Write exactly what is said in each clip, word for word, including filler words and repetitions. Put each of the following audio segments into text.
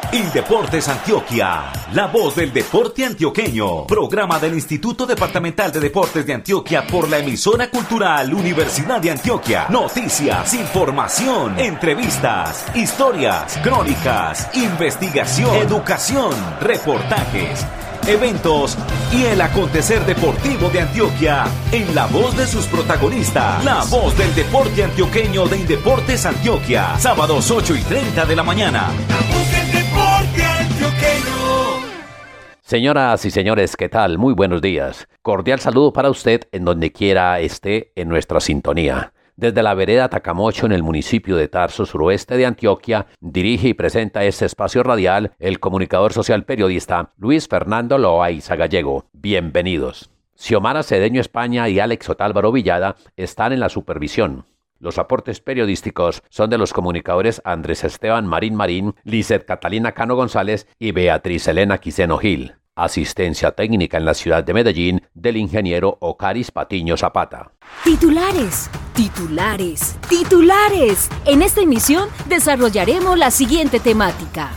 Indeportes Antioquia, la voz del deporte antioqueño. Programa del Instituto Departamental de Deportes de Antioquia por la emisora cultural Universidad de Antioquia. Noticias, información, entrevistas, historias, crónicas, investigación, educación, reportajes, eventos y el acontecer deportivo de Antioquia en la voz de sus protagonistas. La voz del deporte antioqueño de Indeportes Antioquia. Sábados ocho y treinta de la mañana. La voz del deporte antioqueño. Señoras y señores, ¿qué tal? Muy buenos días. Cordial saludo para usted en donde quiera esté en nuestra sintonía. Desde la vereda Tacamocho, en el municipio de Tarso, suroeste de Antioquia, dirige y presenta este espacio radial el comunicador social periodista Luis Fernando Loaiza Gallego. Bienvenidos. Xiomara Cedeño España y Alex Otálvaro Villada están en la supervisión. Los aportes periodísticos son de los comunicadores Andrés Esteban Marín Marín, Lizeth Catalina Cano González y Beatriz Elena Quiseno Gil. Asistencia técnica en la ciudad de Medellín del ingeniero Ocaris Patiño Zapata. Titulares, titulares, titulares. En esta emisión desarrollaremos la siguiente temática.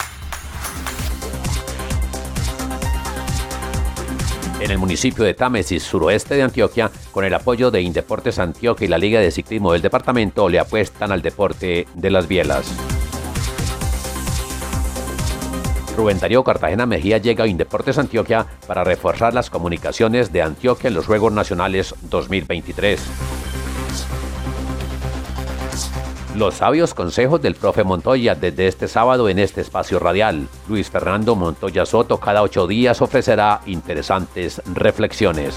En el municipio de Támesis, suroeste de Antioquia, con el apoyo de Indeportes Antioquia y la Liga de Ciclismo del departamento, le apuestan al deporte de las bielas. Rubén Darío Cartagena Mejía llega a Indeportes Antioquia para reforzar las comunicaciones de Antioquia en los Juegos Nacionales dos mil veintitrés. Los sabios consejos del profe Montoya desde este sábado en este espacio radial. Luis Fernando Montoya Soto cada ocho días ofrecerá interesantes reflexiones.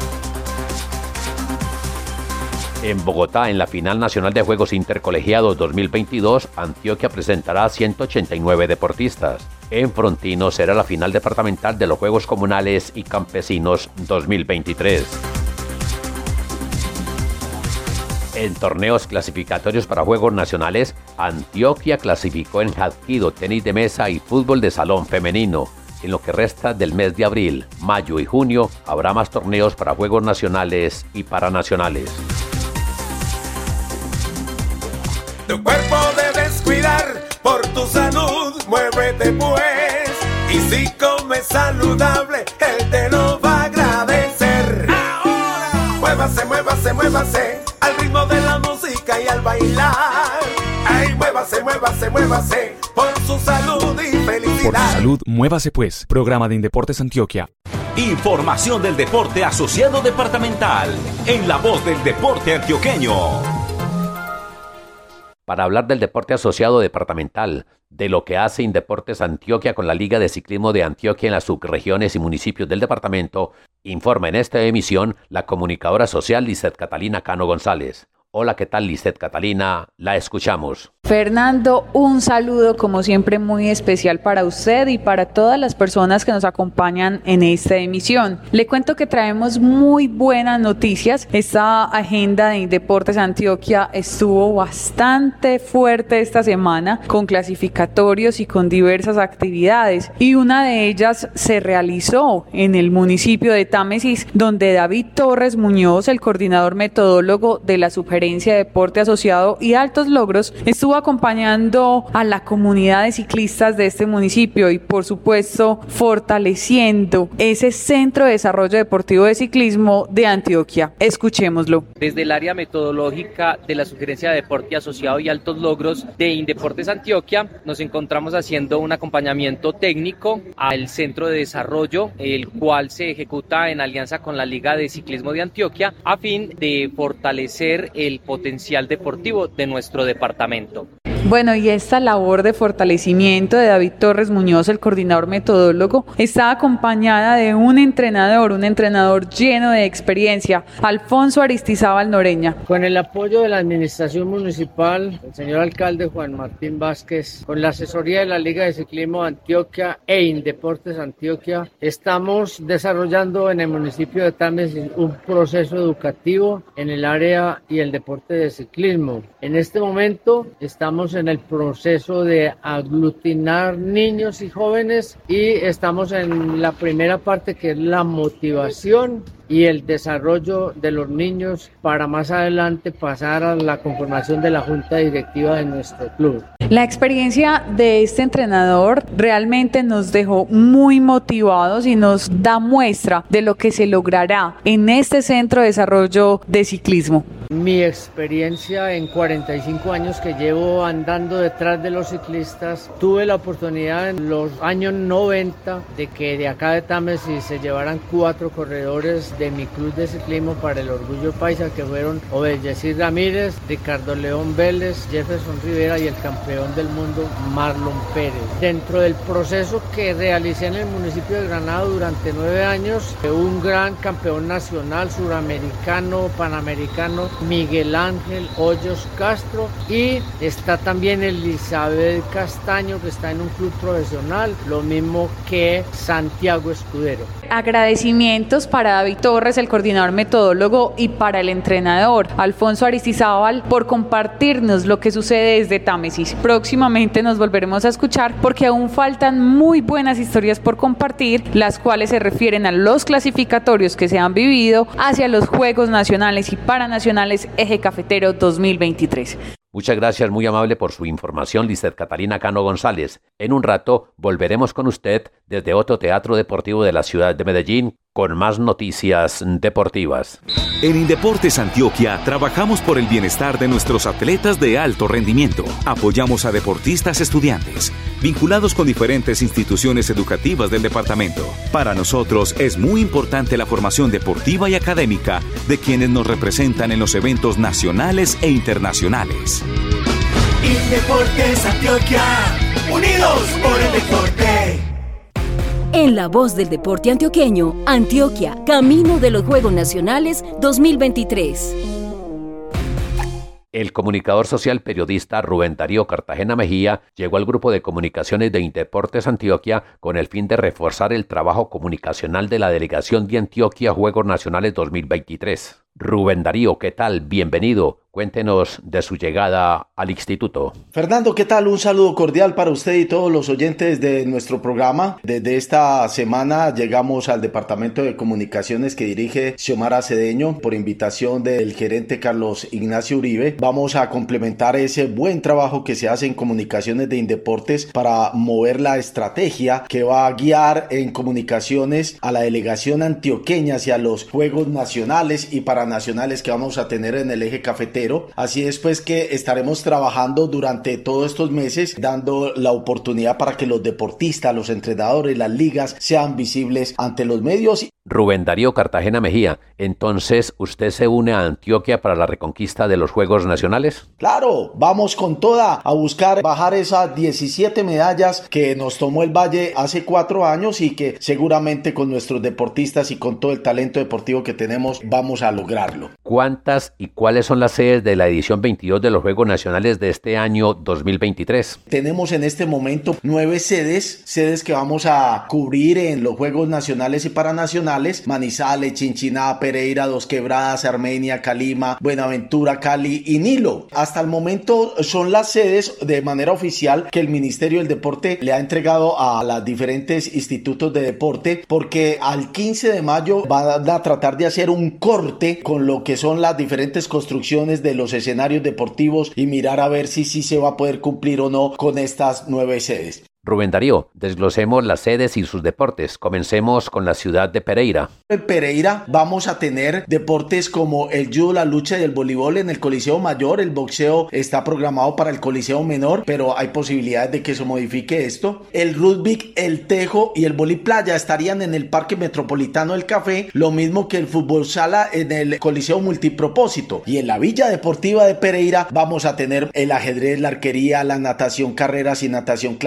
En Bogotá, en la final nacional de Juegos Intercolegiados dos mil veintidós, Antioquia presentará a ciento ochenta y nueve deportistas. En Frontino será la final departamental de los Juegos Comunales y Campesinos dos mil veintitrés. En torneos clasificatorios para Juegos Nacionales, Antioquia clasificó en Hapkido, tenis de mesa y fútbol de salón femenino. En lo que resta del mes de abril, mayo y junio, habrá más torneos para Juegos Nacionales y Paranacionales. Tu cuerpo debes cuidar por tu salud, muévete pues. Y si comes saludable, él te lo va a agradecer. Ahora, muévase, muévase, muévase, al ritmo de la música y al bailar. Ay, muévase, muévase, muévase, por su salud y felicidad. Por su salud, muévase pues. Programa de Indeportes Antioquia. Información del deporte asociado departamental en la voz del deporte antioqueño. Para hablar del deporte asociado departamental, de lo que hace Indeportes Antioquia con la Liga de Ciclismo de Antioquia en las subregiones y municipios del departamento, informa en esta emisión la comunicadora social Lizeth Catalina Cano González. Hola, ¿qué tal, Lizeth Catalina? La escuchamos. Fernando, un saludo como siempre muy especial para usted y para todas las personas que nos acompañan en esta emisión. Le cuento que traemos muy buenas noticias. Esta agenda de Indeportes Antioquia estuvo bastante fuerte esta semana con clasificatorios y con diversas actividades, y una de ellas se realizó en el municipio de Támesis, donde David Torres Muñoz, el coordinador metodólogo de la Subgerencia de Deporte Asociado y Altos Logros, estuvo acompañando a la comunidad de ciclistas de este municipio y, por supuesto, fortaleciendo ese Centro de Desarrollo Deportivo de Ciclismo de Antioquia. Escuchémoslo. Desde el área metodológica de la Sugerencia de Deporte Asociado y Altos Logros de Indeportes Antioquia, nos encontramos haciendo un acompañamiento técnico al Centro de Desarrollo, el cual se ejecuta en alianza con la Liga de Ciclismo de Antioquia, a fin de fortalecer el potencial deportivo de nuestro departamento. Bueno, y esta labor de fortalecimiento de David Torres Muñoz, el coordinador metodólogo, está acompañada de un entrenador, un entrenador lleno de experiencia, Alfonso Aristizábal Noreña. Con el apoyo de la administración municipal, el señor alcalde Juan Martín Vázquez, con la asesoría de la Liga de Ciclismo de Antioquia e Indeportes Antioquia, estamos desarrollando en el municipio de Támesis un proceso educativo en el área y el deporte de ciclismo. En este momento estamos en en el proceso de aglutinar niños y jóvenes y estamos en la primera parte, que es la motivación y el desarrollo de los niños para más adelante pasar a la conformación de la junta directiva de nuestro club. La experiencia de este entrenador realmente nos dejó muy motivados y nos da muestra de lo que se logrará en este centro de desarrollo de ciclismo. Mi experiencia en cuarenta y cinco años que llevo andando detrás de los ciclistas, tuve la oportunidad en los años noventa de que de acá de Támesis se llevaran cuatro corredores de mi club de ciclismo para el Orgullo Paisa, que fueron Obeyesir Ramírez, Ricardo León Vélez, Jefferson Rivera y el campeón del mundo Marlon Pérez. Dentro del proceso que realicé en el municipio de Granada durante nueve años, un gran campeón nacional, suramericano, panamericano, Miguel Ángel Hoyos Castro, y está también Elizabeth Castaño, que está en un club profesional, lo mismo que Santiago Escudero. Agradecimientos para David Torres, el coordinador metodólogo, y para el entrenador Alfonso Aristizábal por compartirnos lo que sucede desde Támesis. Próximamente nos volveremos a escuchar porque aún faltan muy buenas historias por compartir, las cuales se refieren a los clasificatorios que se han vivido hacia los Juegos Nacionales y Paranacionales Eje Cafetero dos mil veintitrés. Muchas gracias, muy amable por su información, Lizeth Catalina Cano González. En un rato volveremos con usted desde otro teatro deportivo de la ciudad de Medellín con más noticias deportivas. En Indeportes Antioquia trabajamos por el bienestar de nuestros atletas de alto rendimiento. Apoyamos a deportistas estudiantes, vinculados con diferentes instituciones educativas del departamento. Para nosotros es muy importante la formación deportiva y académica de quienes nos representan en los eventos nacionales e internacionales. Indeportes Antioquia, unidos por el deporte. En la voz del deporte antioqueño, Antioquia, camino de los Juegos Nacionales dos mil veintitrés. El comunicador social periodista Rubén Darío Cartagena Mejía llegó al grupo de comunicaciones de Indeportes Antioquia con el fin de reforzar el trabajo comunicacional de la delegación de Antioquia a Juegos Nacionales dos mil veintitrés. Rubén Darío, ¿qué tal? Bienvenido. Cuéntenos de su llegada al instituto. Fernando, ¿qué tal? Un saludo cordial para usted y todos los oyentes de nuestro programa. Desde esta semana llegamos al departamento de comunicaciones que dirige Xiomara Cedeño por invitación del gerente Carlos Ignacio Uribe. Vamos a complementar ese buen trabajo que se hace en comunicaciones de Indeportes para mover la estrategia que va a guiar en comunicaciones a la delegación antioqueña hacia los Juegos Nacionales y Paranacionales que vamos a tener en el eje cafetero. Así es pues que estaremos trabajando durante todos estos meses dando la oportunidad para que los deportistas, los entrenadores, las ligas sean visibles ante los medios. Rubén Darío Cartagena Mejía, entonces ¿usted se une a Antioquia para la reconquista de los Juegos Nacionales? Claro, vamos con toda a buscar bajar esas diecisiete medallas que nos tomó el Valle hace cuatro años y que seguramente con nuestros deportistas y con todo el talento deportivo que tenemos vamos a lograrlo. ¿Cuántas y cuáles son las sedes de la edición veintidós de los Juegos Nacionales de este año dos mil veintitrés? Tenemos en este momento nueve sedes, sedes que vamos a cubrir en los Juegos Nacionales y Paranacionales: Manizales, Chinchiná, Pereira, Dos Quebradas, Armenia, Calima, Buenaventura, Cali y Nilo. Hasta el momento son las sedes de manera oficial que el Ministerio del Deporte le ha entregado a los diferentes institutos de deporte, porque al quince de mayo van a tratar de hacer un corte con lo que son las diferentes construcciones de los escenarios deportivos y mirar a ver si sí se va a poder cumplir o no con estas nueve sedes. Rubén Darío, desglosemos las sedes y sus deportes. Comencemos con la ciudad de Pereira. En Pereira vamos a tener deportes como el judo, la lucha y el voleibol en el Coliseo Mayor. El boxeo está programado para el Coliseo Menor, pero hay posibilidades de que se modifique esto. El rugby, el tejo y el voliplaya estarían en el Parque Metropolitano del Café, lo mismo que el fútbol sala en el Coliseo Multipropósito. Y en la Villa Deportiva de Pereira vamos a tener el ajedrez, la arquería, la natación carreras y natación clavados,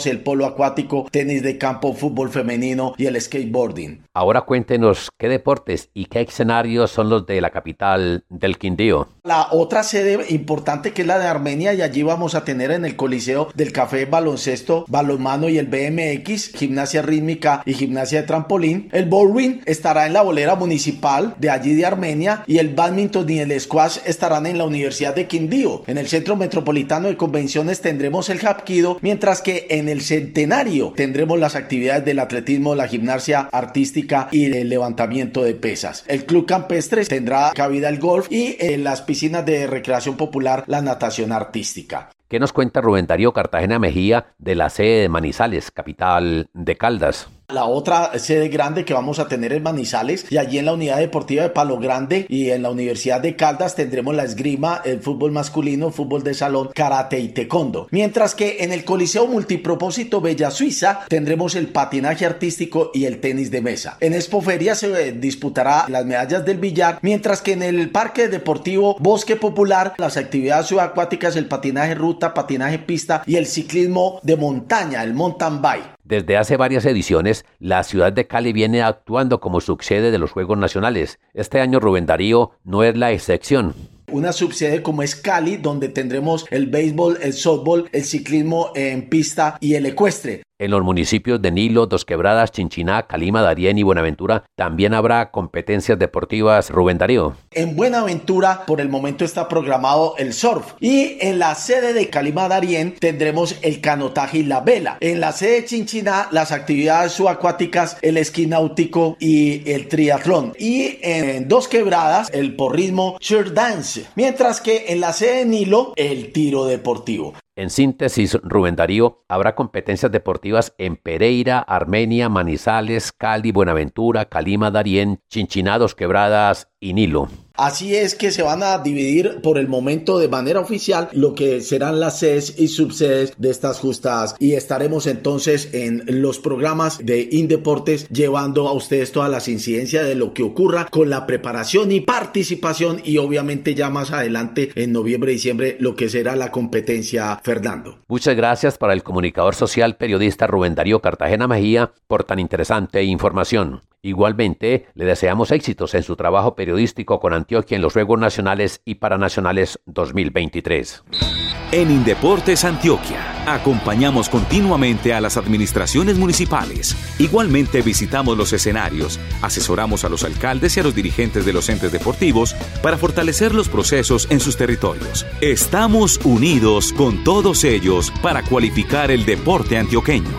el polo acuático, tenis de campo, fútbol femenino y el skateboarding. Ahora cuéntenos qué deportes y qué escenarios son los de la capital del Quindío. La otra sede importante que es la de Armenia, y allí vamos a tener en el Coliseo del Café baloncesto, balonmano y el B M X, gimnasia rítmica y gimnasia de trampolín. El bowling estará en la bolera municipal de allí de Armenia, y el badminton y el squash estarán en la Universidad de Quindío. En el Centro Metropolitano de Convenciones tendremos el hapkido, mientras que en el Centenario tendremos las actividades del atletismo, la gimnasia artística y el levantamiento de pesas. El Club Campestre tendrá cabida el golf y en las piscinas de recreación popular la natación artística. ¿Qué nos cuenta Rubén Darío Cartagena Mejía de la sede de Manizales, capital de Caldas? La otra sede grande que vamos a tener es Manizales, y allí en la Unidad Deportiva de Palo Grande y en la Universidad de Caldas tendremos la esgrima, el fútbol masculino, fútbol de salón, karate y taekwondo. Mientras que en el Coliseo Multipropósito Bella Suiza tendremos el patinaje artístico y el tenis de mesa. En Expoferia se disputará las medallas del billar, mientras que en el Parque Deportivo Bosque Popular las actividades subacuáticas, el patinaje ruta, patinaje pista y el ciclismo de montaña, el mountain bike. Desde hace varias ediciones, la ciudad de Cali viene actuando como subsede de los Juegos Nacionales. Este año, Rubén Darío, no es la excepción. Una subsede como es Cali, donde tendremos el béisbol, el softball, el ciclismo en pista y el ecuestre. En los municipios de Nilo, Dos Quebradas, Chinchiná, Calima, Darién y Buenaventura también habrá competencias deportivas, Rubén Darío. En Buenaventura por el momento está programado el surf, y en la sede de Calima, Darién tendremos el canotaje y la vela. En la sede de Chinchiná las actividades subacuáticas, el esquí náutico y el triatlón, y en Dos Quebradas el porrismo short dance, mientras que en la sede de Nilo el tiro deportivo. En síntesis, Rubén Darío, habrá competencias deportivas en Pereira, Armenia, Manizales, Cali, Buenaventura, Calima, Darién, Chinchiná, Dos Quebradas y Nilo. Así es que se van a dividir por el momento de manera oficial lo que serán las sedes y subsedes de estas justadas, y estaremos entonces en los programas de Indeportes llevando a ustedes todas las incidencias de lo que ocurra con la preparación y participación, y obviamente ya más adelante en noviembre y diciembre lo que será la competencia, Fernando. Muchas gracias para el comunicador social periodista Rubén Darío Cartagena Mejía por tan interesante información. Igualmente, le deseamos éxitos en su trabajo periodístico con Antioquia en los Juegos Nacionales y Paranacionales dos mil veintitrés. En Indeportes Antioquia, acompañamos continuamente a las administraciones municipales. Igualmente visitamos los escenarios, asesoramos a los alcaldes y a los dirigentes de los entes deportivos para fortalecer los procesos en sus territorios. Estamos unidos con todos ellos para cualificar el deporte antioqueño.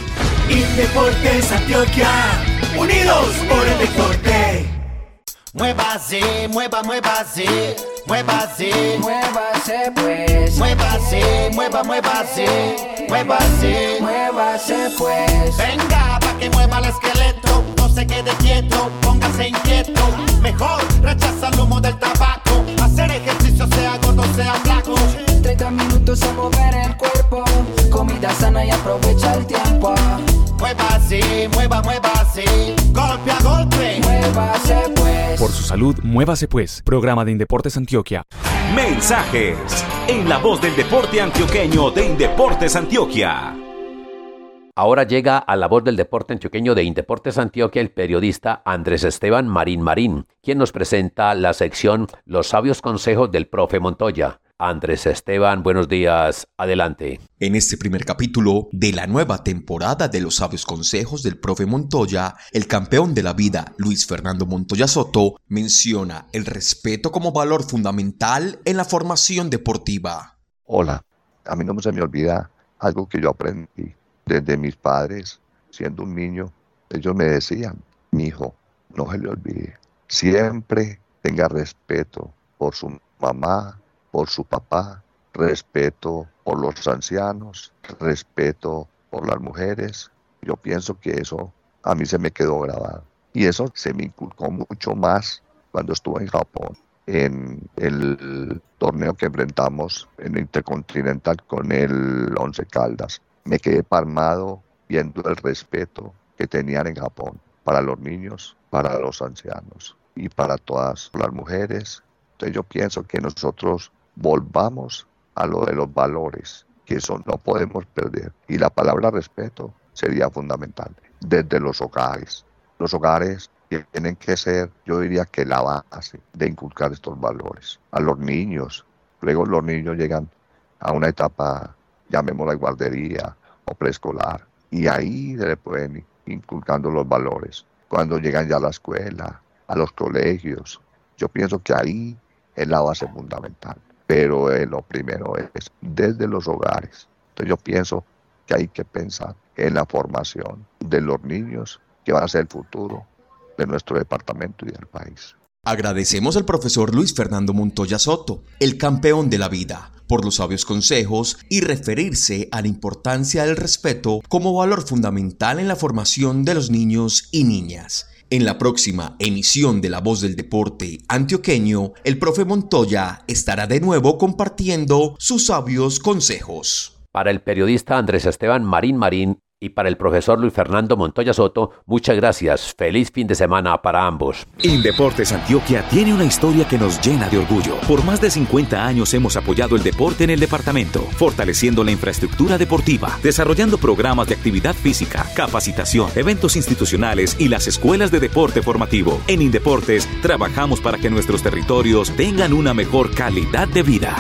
Indeportes Antioquia, unidos por el deporte. Muévase, mueva, muévase, muévase, muévase pues, muévase, mueva, muévase, muévase, muévase pues. Venga, pa' que mueva el esqueleto, no se quede quieto, póngase inquieto. Mejor rechaza el humo del tabaco, hacer ejercicio sea gordo, sea flaco. treinta minutos a mover el cuerpo, comida sana y aprovecha el tiempo. Muévase, mueva, muévase, golpe a golpe, muévase pues. Por su salud, muévase pues. Programa de Indeportes Antioquia. Mensajes en la voz del deporte antioqueño de Indeportes Antioquia. Ahora llega a la voz del deporte antioqueño de Indeportes Antioquia el periodista Andrés Esteban Marín Marín, quien nos presenta la sección Los sabios consejos del profe Montoya. Andrés Esteban, buenos días, adelante. En este primer capítulo de la nueva temporada de los sabios consejos del profe Montoya, el campeón de la vida, Luis Fernando Montoya Soto, menciona el respeto como valor fundamental en la formación deportiva. Hola, a mí no se me olvida algo que yo aprendí desde mis padres, siendo un niño. Ellos me decían, mi hijo, no se le olvide, siempre tenga respeto por su mamá, por su papá, respeto por los ancianos, respeto por las mujeres. Yo pienso que eso a mí se me quedó grabado. Y eso se me inculcó mucho más cuando estuve en Japón, en el torneo que enfrentamos en el Intercontinental con el Once Caldas. Me quedé pasmado viendo el respeto que tenían en Japón para los niños, para los ancianos y para todas las mujeres. Entonces yo pienso que nosotros volvamos a lo de los valores que eso no podemos perder. Y la palabra respeto sería fundamental desde los hogares. Los hogares tienen que ser, yo diría que la base de inculcar estos valores a los niños. Luego los niños llegan a una etapa, llamémosla guardería o preescolar, y ahí se le pueden ir inculcando los valores. Cuando llegan ya a la escuela, a los colegios, yo pienso que ahí es la base fundamental. Pero eh, lo primero es desde los hogares. Entonces yo pienso que hay que pensar en la formación de los niños, que van a ser el futuro de nuestro departamento y del país. Agradecemos al profesor Luis Fernando Montoya Soto, el campeón de la vida, por los sabios consejos y referirse a la importancia del respeto como valor fundamental en la formación de los niños y niñas. En la próxima emisión de La Voz del Deporte Antioqueño, el profe Montoya estará de nuevo compartiendo sus sabios consejos. Para el periodista Andrés Esteban Marín Marín y para el profesor Luis Fernando Montoya Soto, muchas gracias. Feliz fin de semana para ambos. Indeportes Antioquia tiene una historia que nos llena de orgullo. Por más de cincuenta años hemos apoyado el deporte en el departamento, fortaleciendo la infraestructura deportiva, desarrollando programas de actividad física, capacitación, eventos institucionales y las escuelas de deporte formativo. En Indeportes trabajamos para que nuestros territorios tengan una mejor calidad de vida.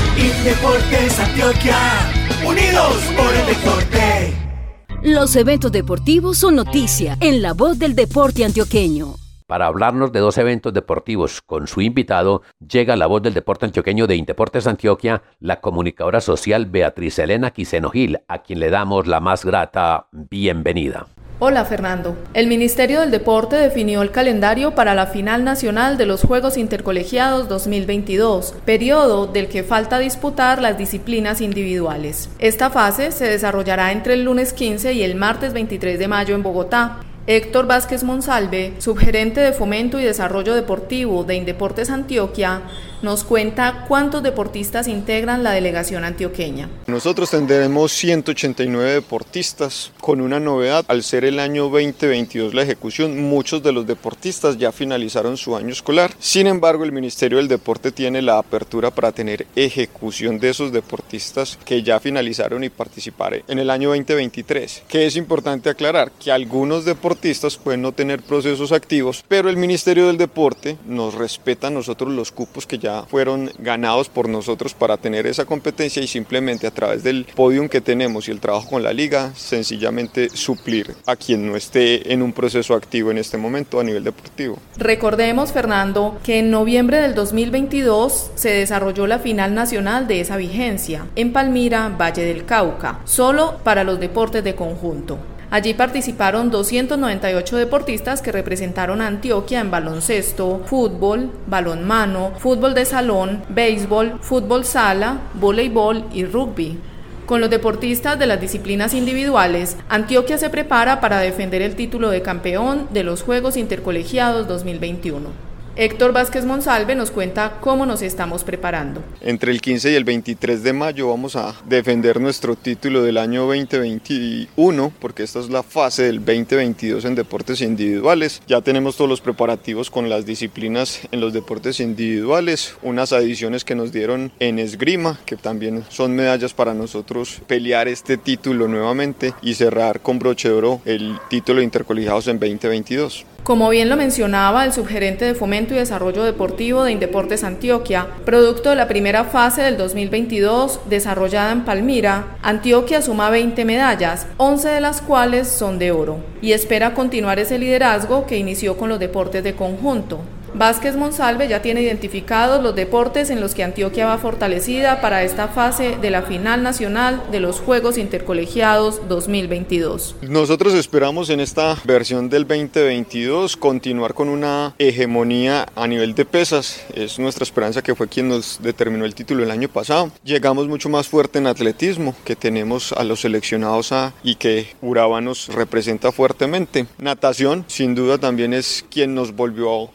Indeportes Antioquia, unidos por el deporte. Los eventos deportivos son noticia en La Voz del Deporte Antioqueño. Para hablarnos de dos eventos deportivos con su invitado, llega La Voz del Deporte Antioqueño de Indeportes Antioquia, la comunicadora social Beatriz Elena Quiseno Gil, a quien le damos la más grata bienvenida. Hola Fernando. El Ministerio del Deporte definió el calendario para la final nacional de los Juegos Intercolegiados dos mil veintidós, periodo del que falta disputar las disciplinas individuales. Esta fase se desarrollará entre el lunes quince y el martes veintitrés de mayo en Bogotá. Héctor Vázquez Monsalve, subgerente de Fomento y Desarrollo Deportivo de Indeportes Antioquia, nos cuenta cuántos deportistas integran la delegación antioqueña. Nosotros tendremos ciento ochenta y nueve deportistas, con una novedad: al ser el año veinte veintidós la ejecución, muchos de los deportistas ya finalizaron su año escolar. Sin embargo, el Ministerio del Deporte tiene la apertura para tener ejecución de esos deportistas que ya finalizaron y participarán en el año veinte veintitrés. Que es importante aclarar que algunos deportistas pueden no tener procesos activos, pero el Ministerio del Deporte nos respeta a nosotros los cupos que ya fueron ganados por nosotros para tener esa competencia, y simplemente a través del podium que tenemos y el trabajo con la liga, sencillamente suplir a quien no esté en un proceso activo en este momento a nivel deportivo. Recordemos, Fernando, que en noviembre del dos mil veintidós se desarrolló la final nacional de esa vigencia en Palmira, Valle del Cauca, solo para los deportes de conjunto. Allí participaron doscientos noventa y ocho deportistas que representaron a Antioquia en baloncesto, fútbol, balonmano, fútbol de salón, béisbol, fútbol sala, voleibol y rugby. Con los deportistas de las disciplinas individuales, Antioquia se prepara para defender el título de campeón de los Juegos Intercolegiados dos mil veintiuno. Héctor Vázquez Monsalve nos cuenta cómo nos estamos preparando. Entre el quince y el veintitrés de mayo vamos a defender nuestro título del año veinte veintiuno, porque esta es la fase del veinte veintidós en deportes individuales. Ya tenemos todos los preparativos con las disciplinas en los deportes individuales, unas adiciones que nos dieron en esgrima, que también son medallas para nosotros pelear este título nuevamente y cerrar con broche de oro el título de intercolegiados en veinte veintidós. Como bien lo mencionaba el subgerente de Fomento y Desarrollo Deportivo de Indeportes Antioquia, producto de la primera fase del dos mil veintidós desarrollada en Palmira, Antioquia suma veinte medallas, once de las cuales son de oro, y espera continuar ese liderazgo que inició con los deportes de conjunto. Vázquez Monsalve ya tiene identificados los deportes en los que Antioquia va fortalecida para esta fase de la final nacional de los Juegos Intercolegiados dos mil veintidós. Nosotros esperamos en esta versión del veinte veintidós continuar con una hegemonía a nivel de pesas. Es nuestra esperanza, que fue quien nos determinó el título el año pasado. Llegamos mucho más fuerte en atletismo, que tenemos a los seleccionados A y que Urabá nos representa fuertemente. Natación, sin duda, también es quien nos volvió a generar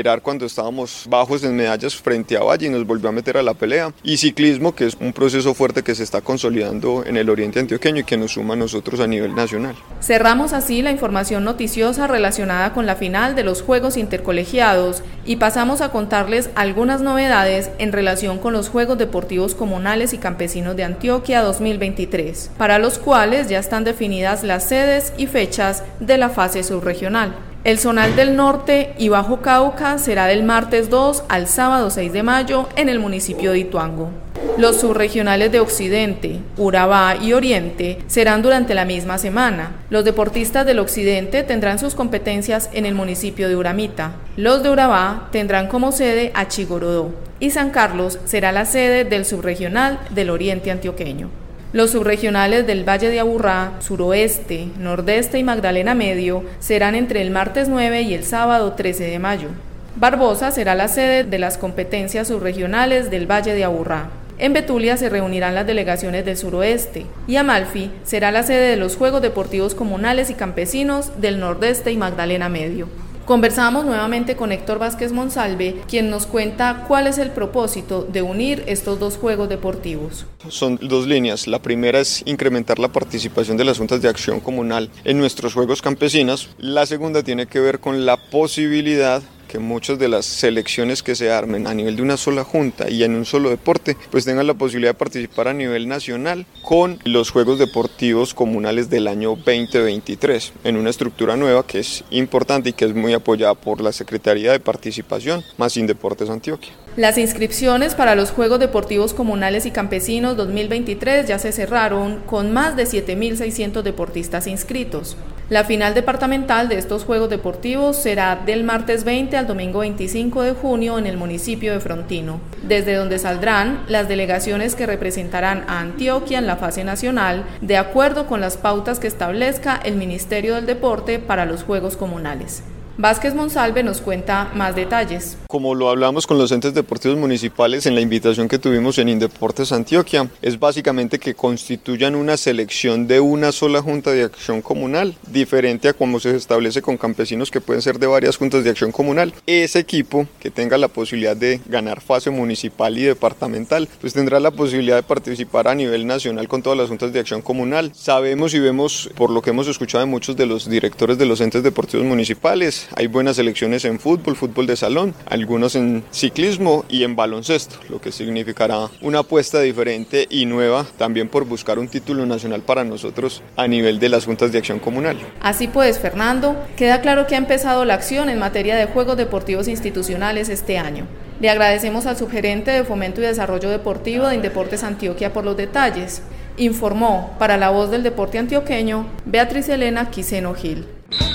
respirar cuando estábamos bajos en medallas frente a Valle y nos volvió a meter a la pelea. Y ciclismo, que es un proceso fuerte que se está consolidando en el oriente antioqueño y que nos suma a nosotros a nivel nacional. Cerramos así la información noticiosa relacionada con la final de los Juegos Intercolegiados y pasamos a contarles algunas novedades en relación con los Juegos Deportivos Comunales y Campesinos de Antioquia dos mil veintitrés, para los cuales ya están definidas las sedes y fechas de la fase subregional. El Zonal del Norte y Bajo Cauca será del martes dos al sábado seis de mayo en el municipio de Ituango. Los subregionales de Occidente, Urabá y Oriente serán durante la misma semana. Los deportistas del Occidente tendrán sus competencias en el municipio de Uramita. Los de Urabá tendrán como sede a Chigorodó y San Carlos será la sede del subregional del Oriente Antioqueño. Los subregionales del Valle de Aburrá, Suroeste, Nordeste y Magdalena Medio serán entre el martes nueve y el sábado trece de mayo. Barbosa será la sede de las competencias subregionales del Valle de Aburrá. En Betulia se reunirán las delegaciones del Suroeste y Amalfi será la sede de los Juegos Deportivos Comunales y Campesinos del Nordeste y Magdalena Medio. Conversamos nuevamente con Héctor Vázquez Monsalve, quien nos cuenta cuál es el propósito de unir estos dos juegos deportivos. Son dos líneas. La primera es incrementar la participación de las juntas de acción comunal en nuestros juegos campesinos. La segunda tiene que ver con la posibilidad que muchas de las selecciones que se armen a nivel de una sola junta y en un solo deporte, pues tengan la posibilidad de participar a nivel nacional con los Juegos Deportivos Comunales del año veinte veintitrés, en una estructura nueva que es importante y que es muy apoyada por la Secretaría de Participación, más Indeportes Antioquia. Las inscripciones para los Juegos Deportivos Comunales y Campesinos dos mil veintitrés ya se cerraron con más de siete mil seiscientos deportistas inscritos. La final departamental de estos Juegos Deportivos será del martes veinte al domingo veinticinco de junio en el municipio de Frontino, desde donde saldrán las delegaciones que representarán a Antioquia en la fase nacional, de acuerdo con las pautas que establezca el Ministerio del Deporte para los Juegos Comunales. Vázquez Monsalve nos cuenta más detalles. Como lo hablamos con los entes deportivos municipales en la invitación que tuvimos en Indeportes Antioquia, es básicamente que constituyan una selección de una sola junta de acción comunal, diferente a como se establece con campesinos que pueden ser de varias juntas de acción comunal. Ese equipo que tenga la posibilidad de ganar fase municipal y departamental, pues tendrá la posibilidad de participar a nivel nacional con todas las juntas de acción comunal. Sabemos y vemos, por lo que hemos escuchado de muchos de los directores de los entes deportivos municipales, hay buenas selecciones en fútbol, fútbol de salón, algunos en ciclismo y en baloncesto, lo que significará una apuesta diferente y nueva también por buscar un título nacional para nosotros a nivel de las juntas de acción comunal. Así pues, Fernando, queda claro que ha empezado la acción en materia de juegos deportivos institucionales este año. Le agradecemos al subgerente de Fomento y Desarrollo Deportivo de Indeportes Antioquia por los detalles. Informó para La Voz del Deporte Antioqueño, Beatriz Elena Quiseno Gil.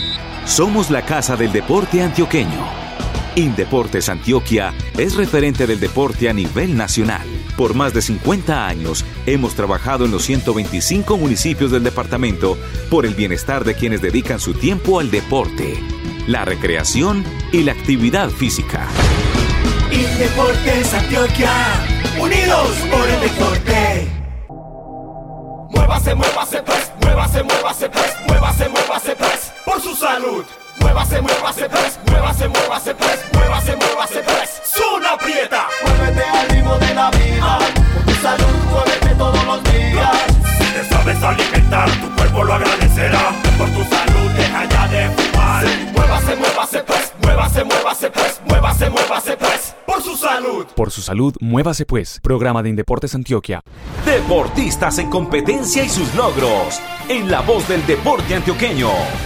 Somos la casa del deporte antioqueño. Indeportes Antioquia es referente del deporte a nivel nacional. Por más de cincuenta años hemos trabajado en los ciento veinticinco municipios del departamento por el bienestar de quienes dedican su tiempo al deporte, la recreación y la actividad física. Indeportes Antioquia, unidos por el deporte. Muévase, muévase pues, muévase, muévase pues, muévase, muévase pues, por su salud. Muévase, muévase pues, muévase, muévase pues, muévase, muévase pues, Zona Prieta. Muévete al ritmo de la vida, por tu salud, muévete todos los días. Si te sabes alimentar, tu cuerpo lo agradecerá. Por tu salud, deja ya de fumar. Sí. Muévase, muévase pues, muévase, muévase pues, muévase, muévase pues, por su salud. Por su salud, muévase pues. Programa de Indeportes Antioquia. Deportistas en competencia y sus logros. En La Voz del Deporte Antioqueño.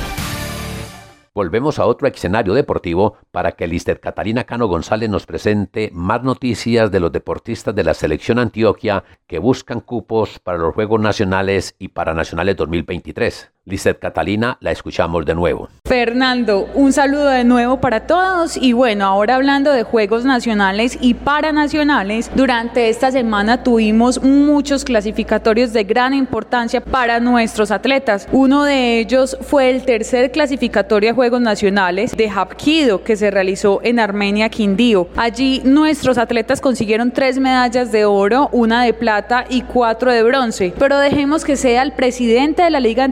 Volvemos a otro escenario deportivo para que Lisbeth Catalina Cano González nos presente más noticias de los deportistas de la Selección Antioquia que buscan cupos para los Juegos Nacionales y Paranacionales dos mil veintitrés. Lisbeth Catalina, la escuchamos de nuevo. Fernando, un saludo de nuevo para todos y bueno, ahora hablando de Juegos Nacionales y Paranacionales, durante esta semana tuvimos muchos clasificatorios de gran importancia para nuestros atletas. Uno de ellos fue el tercer clasificatorio a Juegos Nacionales de Hapkido que se realizó en Armenia, Quindío. Allí nuestros atletas consiguieron tres medallas de oro, una de plata y cuatro de bronce, pero dejemos que sea el presidente de la Liga Antioqueña de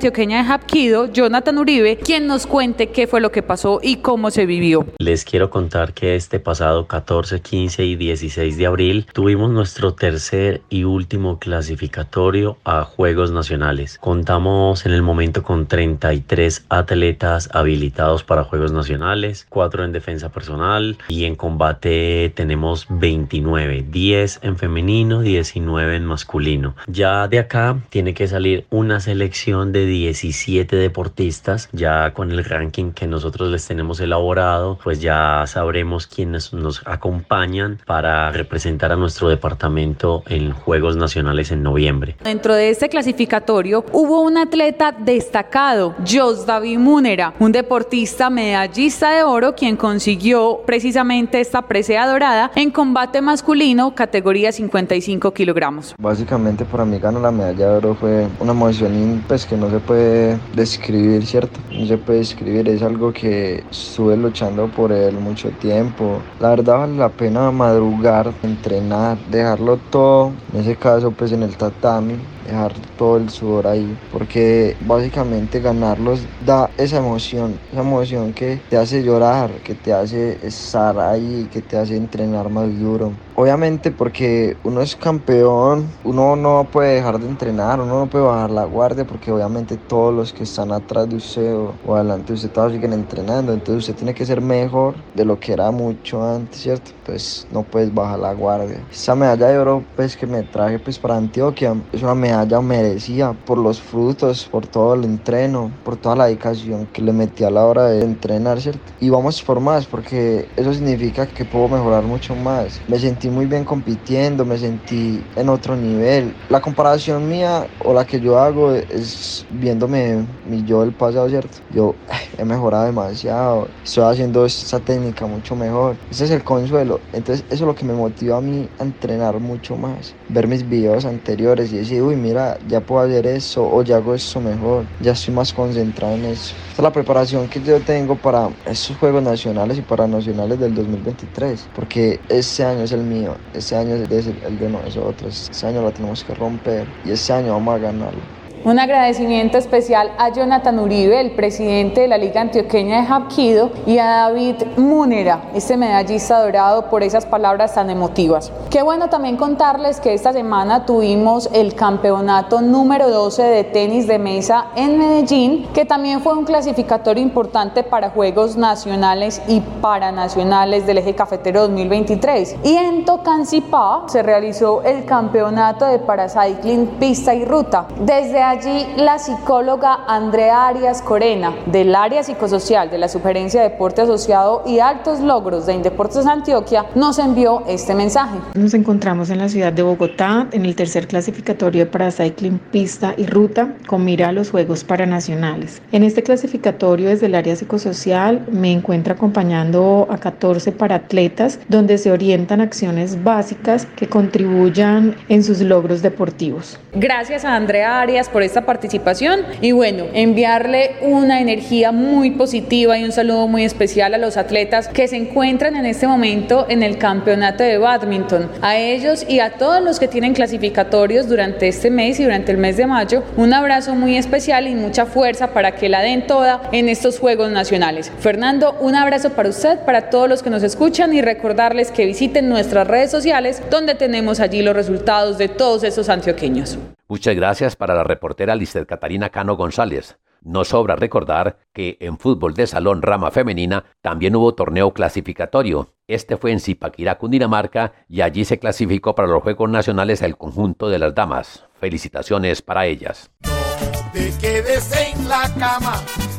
de Hapkido, Jonathan Uribe, quien nos cuente qué fue lo que pasó y cómo se vivió. Les quiero contar que este pasado catorce, quince y dieciséis de abril tuvimos nuestro tercer y último clasificatorio a Juegos Nacionales. Contamos en el momento con treinta y tres atletas habilitados para Juegos Nacionales, cuatro en defensa personal y en combate tenemos veintinueve, diez en femenino, diecinueve en masculino. Ya de acá tiene que salir una selección de diecisiete deportistas, ya con el ranking que nosotros les tenemos elaborado, pues ya sabremos quiénes nos acompañan para representar a nuestro departamento en Juegos Nacionales en noviembre. Dentro de este clasificatorio hubo un atleta destacado, Jos David Múnera, un deportista medallista de oro quien consiguió precisamente esta presea dorada en combate masculino categoría cincuenta y cinco kilogramos. Básicamente para mí ganar la medalla de oro fue una emoción pues, que no se puede describir, ¿cierto? No se puede describir, es algo que estuve luchando por él mucho tiempo. La verdad vale la pena madrugar, entrenar, dejarlo todo, en ese caso pues en el tatami, dejar todo el sudor ahí, porque básicamente ganarlos da esa emoción, esa emoción que te hace llorar, que te hace estar ahí, que te hace entrenar más duro. Obviamente porque uno es campeón, uno no puede dejar de entrenar, uno no puede bajar la guardia, porque obviamente todos los que están atrás de usted o, o adelante de usted todos siguen entrenando, entonces usted tiene que ser mejor de lo que era mucho antes, ¿cierto? Entonces no puedes bajar la guardia. Esa medalla de oro pues que me traje pues para Antioquia es una medalla merecida por los frutos, por todo el entreno, por toda la dedicación que le metí a la hora de entrenar, ¿cierto? Y vamos por más, porque eso significa que puedo mejorar mucho más. Me sentí muy bien compitiendo, me sentí en otro nivel. La comparación mía o la que yo hago es viéndome mi yo del pasado, ¿cierto? Yo he mejorado demasiado, estoy haciendo esa técnica mucho mejor. Ese es el consuelo. Entonces eso es lo que me motiva a mí a entrenar mucho más. Ver mis videos anteriores y decir, uy, mira, ya puedo hacer eso o ya hago eso mejor. Ya estoy más concentrado en eso. Esta es la preparación que yo tengo para estos Juegos Nacionales y para Nacionales del dos mil veintitrés. Porque este año es el mío, este año es el de nosotros. Este año lo tenemos que romper y este año vamos a ganarlo. Un agradecimiento especial a Jonathan Uribe, el presidente de la Liga Antioqueña de Hapkido, y a David Múnera, este medallista dorado, por esas palabras tan emotivas. Qué bueno también contarles que esta semana tuvimos el campeonato número doce de tenis de mesa en Medellín, que también fue un clasificatorio importante para Juegos Nacionales y Paranacionales del Eje Cafetero dos mil veintitrés. Y en Tocancipá se realizó el campeonato de paracycling pista y ruta. Desde allí, la psicóloga Andrea Arias Corena, del área psicosocial de la Sugerencia de Deporte Asociado y Altos Logros de Indeportes Antioquia, nos envió este mensaje. Nos encontramos en la ciudad de Bogotá, en el tercer clasificatorio de paracycling pista y ruta, con mira a los Juegos Paranacionales. En este clasificatorio, desde el área psicosocial, me encuentro acompañando a catorce paratletas, donde se orientan acciones básicas que contribuyan en sus logros deportivos. Gracias a Andrea Arias por esta participación y bueno, enviarle una energía muy positiva y un saludo muy especial a los atletas que se encuentran en este momento en el campeonato de bádminton. A ellos y a todos los que tienen clasificatorios durante este mes y durante el mes de mayo, un abrazo muy especial y mucha fuerza para que la den toda en estos Juegos Nacionales. Fernando, un abrazo para usted, para todos los que nos escuchan y recordarles que visiten nuestras redes sociales donde tenemos allí los resultados de todos estos antioqueños. Muchas gracias para la reportera Lisset Catalina Cano González. No sobra recordar que en fútbol de salón rama femenina también hubo torneo clasificatorio. Este fue en Zipaquirá, Cundinamarca, y allí se clasificó para los Juegos Nacionales el conjunto de las damas. Felicitaciones para ellas. No te quedes en la cama,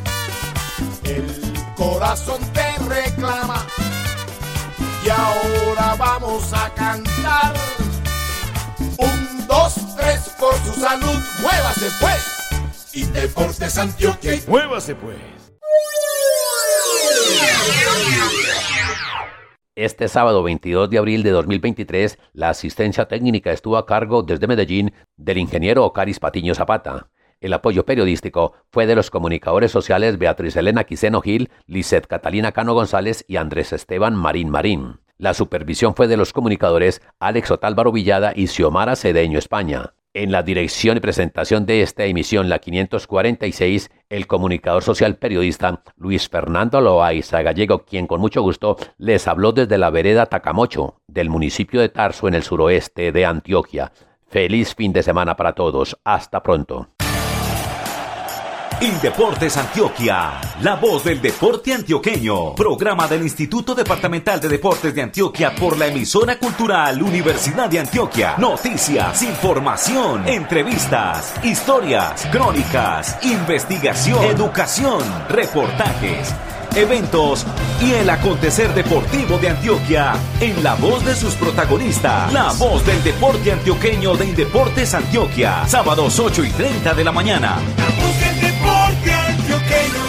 el corazón te reclama y ahora vamos a cantar. Un, dos, tres, por su salud, muévase pues. Y Deportes Antioquia, muévase pues. Este sábado veintidós de abril de dos mil veintitrés, la asistencia técnica estuvo a cargo desde Medellín del ingeniero Ocaris Patiño Zapata. El apoyo periodístico fue de los comunicadores sociales Beatriz Elena Quiseno Gil, Lisset Catalina Cano González y Andrés Esteban Marín Marín. La supervisión fue de los comunicadores Alex Otálvaro Villada y Xiomara Cedeño España. En la dirección y presentación de esta emisión, la quinientos cuarenta y seis, el comunicador social periodista Luis Fernando Loaiza Gallego, quien con mucho gusto les habló desde la vereda Tacamocho, del municipio de Tarso, en el suroeste de Antioquia. Feliz fin de semana para todos. Hasta pronto. Indeportes Antioquia, la voz del deporte antioqueño. Programa del Instituto Departamental de Deportes de Antioquia por la emisora cultural Universidad de Antioquia. Noticias, información, entrevistas, historias, crónicas, investigación, educación, reportajes, eventos y el acontecer deportivo de Antioquia en la voz de sus protagonistas. La voz del deporte antioqueño de Indeportes Antioquia. Sábados ocho y treinta de la mañana. La voz del deporte antioqueño.